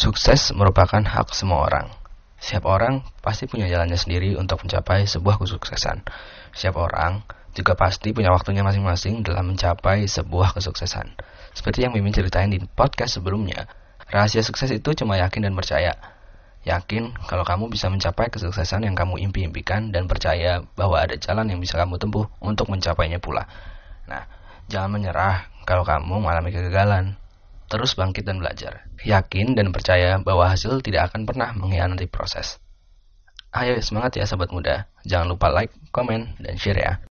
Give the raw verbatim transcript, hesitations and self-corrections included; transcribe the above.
Sukses merupakan hak semua orang. Setiap orang pasti punya jalannya sendiri untuk mencapai sebuah kesuksesan. Setiap orang juga pasti punya waktunya masing-masing dalam mencapai sebuah kesuksesan. Seperti yang Mimin ceritain di podcast sebelumnya, rahasia sukses itu cuma yakin dan percaya. Yakin kalau kamu bisa mencapai kesuksesan yang kamu impi-impikan dan percaya bahwa ada jalan yang bisa kamu tempuh untuk mencapainya pula. Nah, jangan menyerah kalau kamu mengalami kegagalan. Terus bangkit dan belajar. Yakin dan percaya bahwa hasil tidak akan pernah mengkhianati proses. Ayo semangat ya sobat muda. Jangan lupa like, komen, dan share ya.